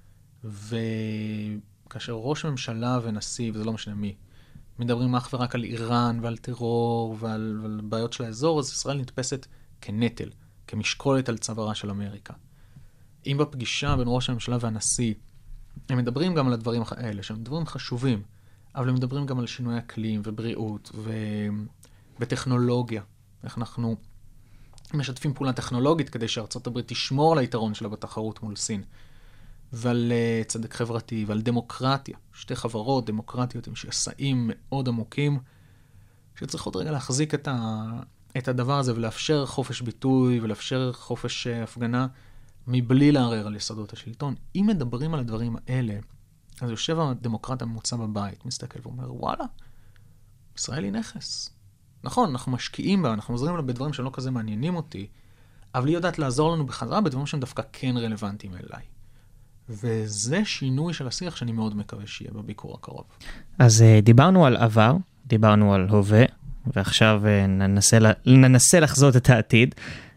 E: וכאשר ראש ממשלה ונשיא, וזה לא משנה מי, מדברים אך ורק על איראן ועל טרור ועל, ועל בעיות של האזור, אז ישראל נתפסת כנטל, כמשקולת על צווארה של אמריקה. אם בפגישה בין ראש הממשלה והנשיא, הם מדברים גם על הדברים האלה, שהם דברים חשובים, אבל הם מדברים גם על שינוי אקלים ובריאות ו... וטכנולוגיה. איך אנחנו משתפים פעולה טכנולוגית כדי שארצות הברית תשמור על היתרון שלה בתחרות מול סין. ועל uh, צדק חברתי ועל דמוקרטיה. שתי חברות דמוקרטיות עם שסעים מאוד עמוקים, שצריכות רגע להחזיק את, ה... את הדבר הזה ולאפשר חופש ביטוי ולאפשר חופש uh, הפגנה, מבלי לערער על יסודות השלטון. אם מדברים על הדברים האלה, אז יושב הדמוקרט הממוצע בבית, מסתכל ואומר, וואלה, ישראל היא נכס. נכון, אנחנו משקיעים בה, אנחנו עוזרים לה בדברים שלא כזה מעניינים אותי, אבל היא יודעת לעזור לנו בחזרה בדברים שהם דווקא כן רלוונטיים אליי. וזה שינוי של השיח שאני מאוד מקווה שיהיה בביקור הקרוב.
D: אז דיברנו על עבר, דיברנו על הווה, ועכשיו ננסה, ננסה לחזות את העתיד.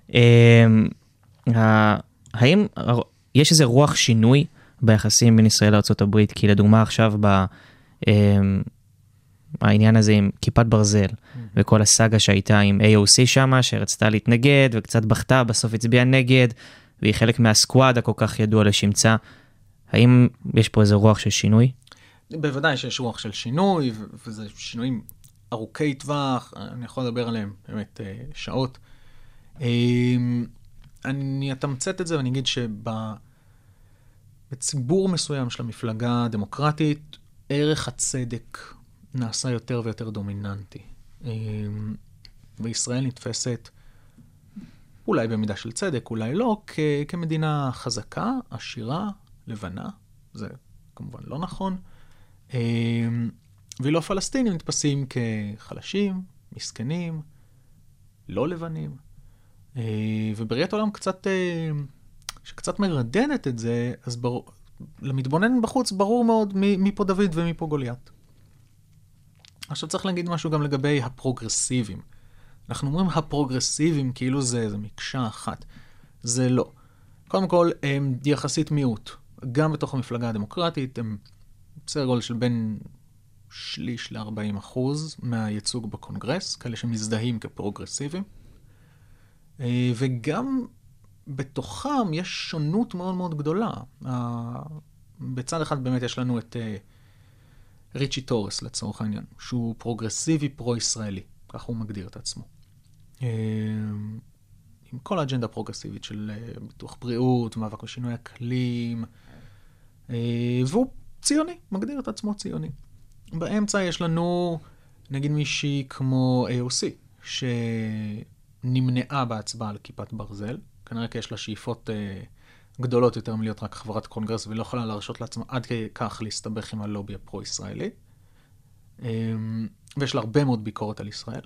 D: האם יש איזה רוח שינוי ביחסים בין ישראל לארצות הברית? כי לדוגמה עכשיו בעניין הזה עם כיפת ברזל, וכל הסאגה שהייתה עם איי או סי שמה, שרצתה להתנגד וקצת בכתה, בסוף הצביעה נגד, והיא חלק מהסקואד הכל כך ידוע לשמצה. האם יש פה איזה רוח של שינוי?
E: בוודאי שיש רוח של שינוי, וזה שינויים ארוכי טווח, אני יכול לדבר עליהם באמת שעות. אני אתמצת את זה ואני אגיד שבציבור מסוים של המפלגה הדמוקרטית, ערך הצדק נעשה יותר ויותר דומיננטי. וישראל נתפסת, אולי במידה של צדק, אולי לא, כ- כמדינה חזקה, עשירה, לבנה. זה כמובן לא נכון. ואילו הפלסטינים נתפסים כחלשים, מסכנים, לא לבנים. ובראיית העולם קצת, שקצת מרדדת את זה, אז ברור, למתבונן בחוץ ברור מאוד מי, מי פה דוד ומי פה גוליית. עכשיו צריך להגיד משהו גם לגבי הפרוגרסיבים. אנחנו אומרים הפרוגרסיבים כאילו זה, זה מקשה אחת. זה לא. קודם כל, הם יחסית מיעוט. גם בתוך המפלגה הדמוקרטית, הם בסדר גודל של בין שליש ל-ארבעים אחוז מהייצוג בקונגרס, כאלה שמזדהים כפרוגרסיבים. וגם בתוכם יש שונות מאוד מאוד גדולה. בצד אחד באמת יש לנו את ריצ'י טורס לצורך העניין, שהוא פרוגרסיבי פרו-ישראלי, כך הוא מגדיר את עצמו. עם כל האג'נדה הפרוגרסיבית של ביטוח בריאות, מאבק לשינוי אקלים, והוא ציוני, מגדיר את עצמו ציוני. באמצע יש לנו, נגיד מישהי כמו איי או סי, שנמנעה בהצבעה על כיפת ברזל, כנראה כי יש לה שאיפות גדולות יותר מלהיות רק חברת קונגרס, ולא יכולה להרשות לעצמה עד כך להסתבך עם הלובי הפרו-ישראלי. ויש לה הרבה מאוד ביקורת על ישראל.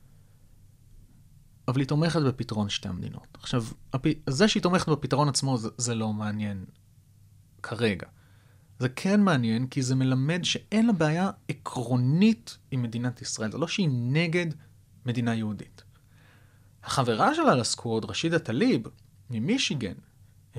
E: אבל היא תומכת בפתרון שתי המדינות. עכשיו, זה שהיא תומכת בפתרון עצמו, זה, זה לא מעניין כרגע. זה כן מעניין, כי זה מלמד שאין לה בעיה עקרונית עם מדינת ישראל. זה לא שהיא נגד מדינה יהודית. החברה שלה לסקווד, רשידה טליב, ממישיגן, אה,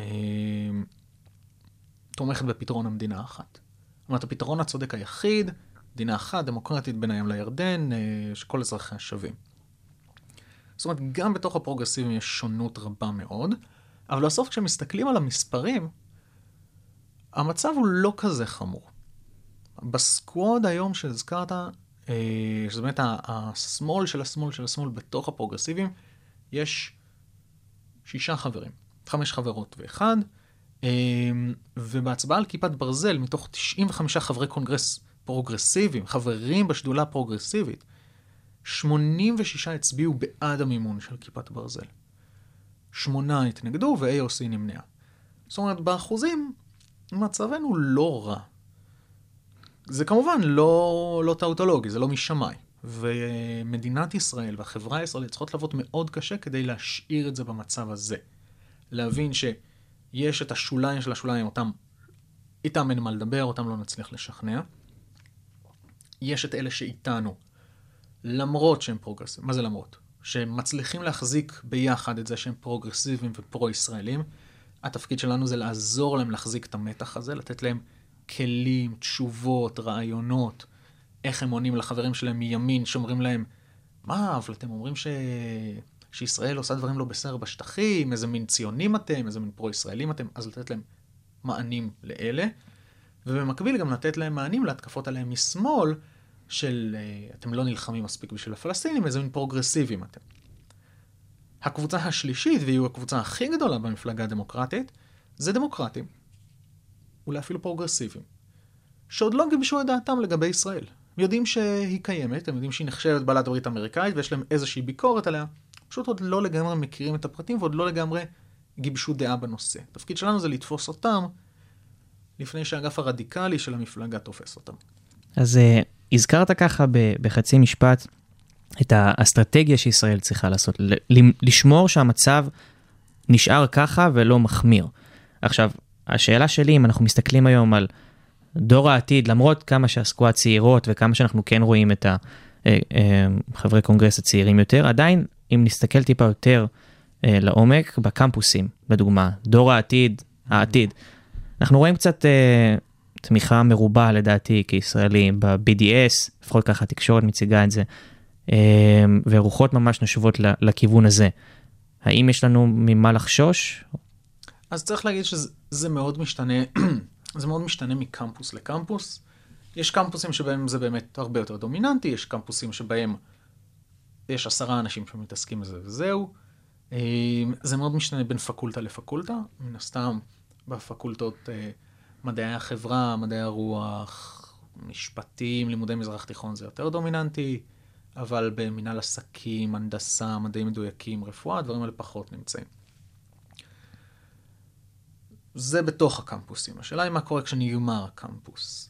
E: תומכת בפתרון המדינה האחת. זאת אומרת, הפתרון הצודק היחיד, מדינה אחת, דמוקרטית בין הים לירדן, אה, שכל אזרחיה שווים. זאת אומרת, גם בתוך הפרוגרסיבים יש שונות רבה מאוד, אבל בסוף כשמסתכלים על המספרים, המצב הוא לא כזה חמור. בסקווד היום שהזכרת, שזה באמת השמאל של השמאל של השמאל בתוך הפרוגרסיבים, יש שישה חברים, חמש חברות ואחד, ובהצבעה על כיפת ברזל, מתוך תשעים וחמישה חברי קונגרס פרוגרסיביים, חברים בשדולה הפרוגרסיבית, שמונים ושישה הצביעו בעד המימון של כיפת ברזל. שמונה התנגדו ו-איי או סי נמנעה. זאת אומרת, באחוזים, מצבנו לא רע. זה כמובן לא, לא טאוטולוגי, זה לא משמיים. ומדינת ישראל והחברה הישראלית צריכות לעבוד מאוד קשה כדי להשאיר את זה במצב הזה. להבין שיש את השוליים של השוליים, אותם, איתם אין מה לדבר, אותם לא נצליח לשכנע. יש את אלה שאיתנו, למרות שהם פרוגרסיביים. מה זה למרות? שהם מצליחים להחזיק ביחד את זה שהם פרוגרסיביים ופרו-ישראלים. התפקיד שלנו זה לעזור להם להחזיק את המתח הזה, לתת להם כלים, תשובות, רעיונות, איך הם עונים לחברים שלהם מימין, שאומרים להם, מה, אבל אתם אומרים שישראל עושה דברים לא בסדר בשטחים, איזה מין ציונים אתם, איזה מין פרו-ישראלים אתם, אז לתת להם מענים לאלה, ובמקביל גם לתת להם מענים להתקפות עליהם משמאל, של אתם לא נלחמים מספיק בשביל הפלסטינים, איזה מין פרוגרסיביים אתם. הקבוצה השלישית, והיא הקבוצה הכי גדולה במפלגה הדמוקרטית, זה דמוקרטים, אולי אפילו פרוגרסיביים, שעוד לא גיבשו את דעתם לגבי ישראל. הם יודעים שהיא קיימת, הם יודעים שהיא נחשבת בעלת ברית אמריקאית, ויש להם איזושהי ביקורת עליה, פשוט עוד לא לגמרי מכירים את הפרטים, ועוד לא לגמרי גיבשו דעה בנושא. התפקיד שלנו זה לתפוס אותם, לפני שהאגף הרדיקלי של המפלגה תופס אותם.
D: אז uh, הזכרת ככה בחצי משפט, את האסטרטגיה שישראל צריכה לעשות, לשמור שהמצב נשאר ככה ולא מחמיר. עכשיו, השאלה שלי, אם אנחנו מסתכלים היום על דור העתיד, למרות כמה שעסקו הצעירות וכמה שאנחנו כן רואים את חברי קונגרס הצעירים יותר, עדיין אם נסתכל טיפה יותר לעומק, בקמפוסים, לדוגמה, דור העתיד, העתיד, אנחנו רואים קצת תמיכה מרובה לדעתי כישראלי ב-בי די אס, לפחות ככה התקשורת מציגה את זה, ורוחות ממש נשובות לכיוון הזה. האם יש לנו ממה לחשוש?
E: אז צריך להגיד שזה מאוד משתנה, זה מאוד משתנה מקמפוס לקמפוס. יש קמפוסים שבהם זה באמת הרבה יותר דומיננטי, יש קמפוסים שבהם יש עשרה אנשים שמתעסקים בזה וזהו. זה מאוד משתנה בין פקולטה לפקולטה, מן הסתם בפקולטות מדעי החברה, מדעי הרוח, משפטים, לימודי מזרח תיכון זה יותר דומיננטי, אבל במנהל עסקים, הנדסה, מדעים מדויקים, רפואה, הדברים האלה פחות נמצאים. זה בתוך הקמפוסים. השאלה היא מה קורה כשנגמר הקמפוס.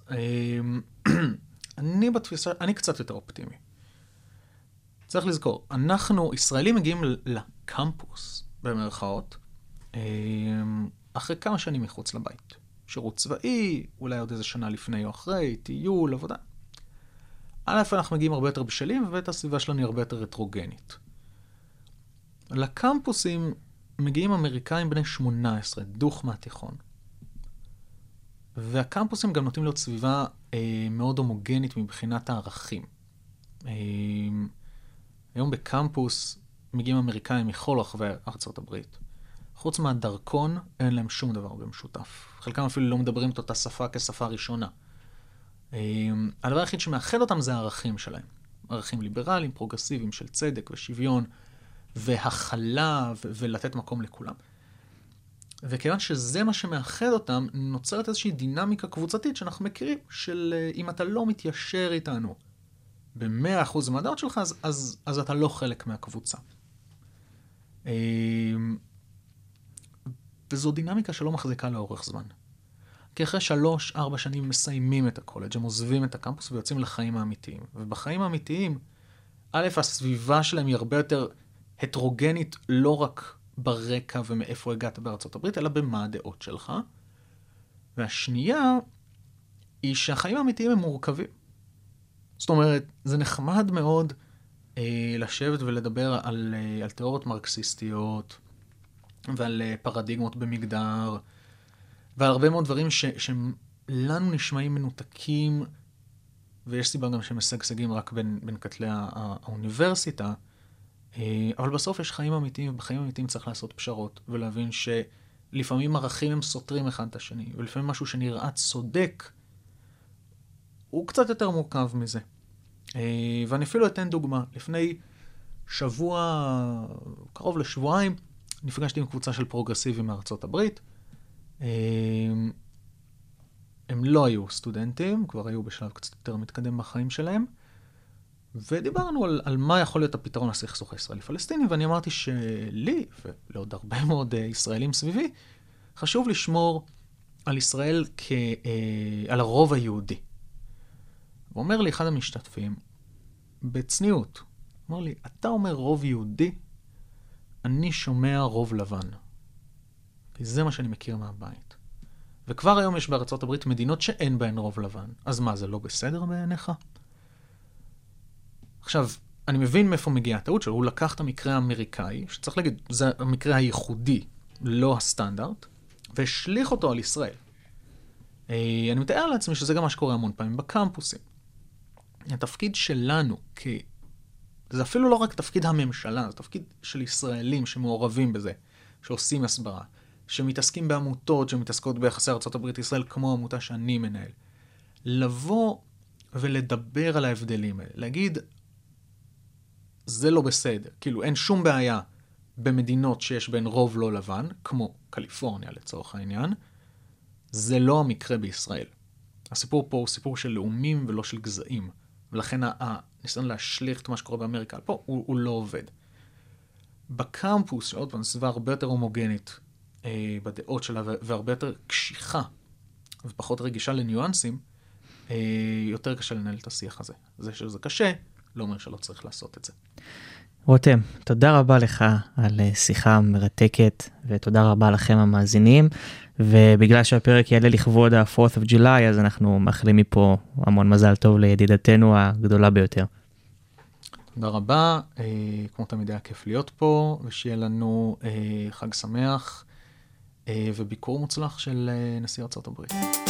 E: אני בתפיסה, אני קצת יותר אופטימי. צריך לזכור, אנחנו, ישראלים מגיעים לקמפוס, במרכאות, אחרי כמה שנים מחוץ לבית. שירות צבאי, אולי עוד איזה שנה לפני או אחרי, טיול, עבודה. א', אנחנו מגיעים הרבה יותר בשלים, ובית הסביבה שלנו היא הרבה יותר רטרוגנית. לקמפוסים מגיעים אמריקאים בני שמונה עשרה, דוך מהתיכון. והקמפוסים גם נותנים להיות סביבה אה, מאוד הומוגנית מבחינת הערכים. אה, היום בקמפוס מגיעים אמריקאים מכל רחבי ארצות הברית. חוץ מהדרכון, אין להם שום דבר במשותף. חלקם אפילו לא מדברים את אותה שפה כשפה ראשונה. הדבר היחיד שמאחד אותם זה הערכים שלהם. ערכים ליברליים, פרוגרסיביים של צדק ושוויון, והחלה ו- ולתת מקום לכולם. וכיוון שזה מה שמאחד אותם, נוצרת איזושהי דינמיקה קבוצתית שאנחנו מכירים, של אם אתה לא מתיישר איתנו ב-מאה אחוז מהדעות שלך, אז, אז, אז אתה לא חלק מהקבוצה. וזו דינמיקה שלא מחזיקה לאורך זמן. כי אחרי שלוש, ארבע שנים מסיימים את הקולג', הם עוזבים את הקמפוס ויוצאים לחיים האמיתיים. ובחיים האמיתיים, א', הסביבה שלהם היא הרבה יותר הטרוגנית, לא רק ברקע ומאיפה הגעת בארצות הברית, אלא במה הדעות שלך. והשנייה, היא שהחיים האמיתיים הם מורכבים. זאת אומרת, זה נחמד מאוד אה, לשבת ולדבר על, אה, על תיאוריות מרקסיסטיות, ועל אה, פרדיגמות במגדר, ועל הרבה מאוד דברים ש, שלנו נשמעים מנותקים, ויש סיבה גם שמשגשגים רק בין, בין כתלי האוניברסיטה, אבל בסוף יש חיים אמיתיים, ובחיים אמיתיים צריך לעשות פשרות, ולהבין שלפעמים ערכים הם סותרים אחד את השני, ולפעמים משהו שנראה צודק, הוא קצת יותר מורכב מזה. ואני אפילו אתן דוגמה. לפני שבוע, קרוב לשבועיים, נפגשתי עם קבוצה של פרוגרסיבים מארצות הברית, הם לא היו סטודנטים, כבר היו בשלב קצת יותר מתקדם בחיים שלהם, ודיברנו על, על מה יכול להיות הפתרון לסכסוך הישראלי-פלסטיני, ואני אמרתי שלי, ולעוד הרבה מאוד ישראלים סביבי, חשוב לשמור על ישראל כ, על הרוב היהודי. הוא אומר לי אחד המשתתפים, בצניעות, הוא אומר לי, אתה אומר רוב יהודי, אני שומע רוב לבן. כי זה מה שאני מכיר מהבית. וכבר היום יש בארצות הברית מדינות שאין בהן רוב לבן. אז מה, זה לא בסדר בעיניך? עכשיו, אני מבין מאיפה מגיעה הטעות שלו. הוא לקח את המקרה האמריקאי, שצריך להגיד, זה המקרה הייחודי, לא הסטנדרט, והשליך אותו על ישראל. אני מתאר לעצמי שזה גם מה שקורה המון פעמים בקמפוסים. התפקיד שלנו זה אפילו לא רק תפקיד הממשלה, זה תפקיד של ישראלים שמעורבים בזה, שעושים הסברה, שמתעסקים בעמותות, שמתעסקות ביחסי ארצות הברית ישראל, כמו העמותה שאני מנהל. לבוא ולדבר על ההבדלים האלה, להגיד, זה לא בסדר, כאילו אין שום בעיה במדינות שיש בהן רוב לא לבן, כמו קליפורניה לצורך העניין, זה לא המקרה בישראל. הסיפור פה הוא סיפור של לאומים ולא של גזעים, ולכן הניסיון להשליך את מה שקורה באמריקה פה הוא, הוא לא עובד. בקמפוס, שעוד פעם, סביבה הרבה יותר הומוגנית אה, בדעות שלה, והרבה יותר קשיחה, ופחות רגישה לניואנסים, אה, יותר קשה לנהל את השיח הזה. זה שזה קשה, לא אומר שלא צריך לעשות את זה.
D: רותם, תודה רבה לך על שיחה מרתקת, ותודה רבה לכם המאזינים, ובגלל שהפרק יעלה לכבוד ה-פורת' of July, אז אנחנו מאחלים מפה המון מזל טוב לידידתנו הגדולה ביותר.
E: תודה רבה, אה, כמו תמיד היה כיף להיות פה, ושיהיה לנו אה, חג שמח, אה, וביקור מוצלח של אה, נשיא ארצות הברית.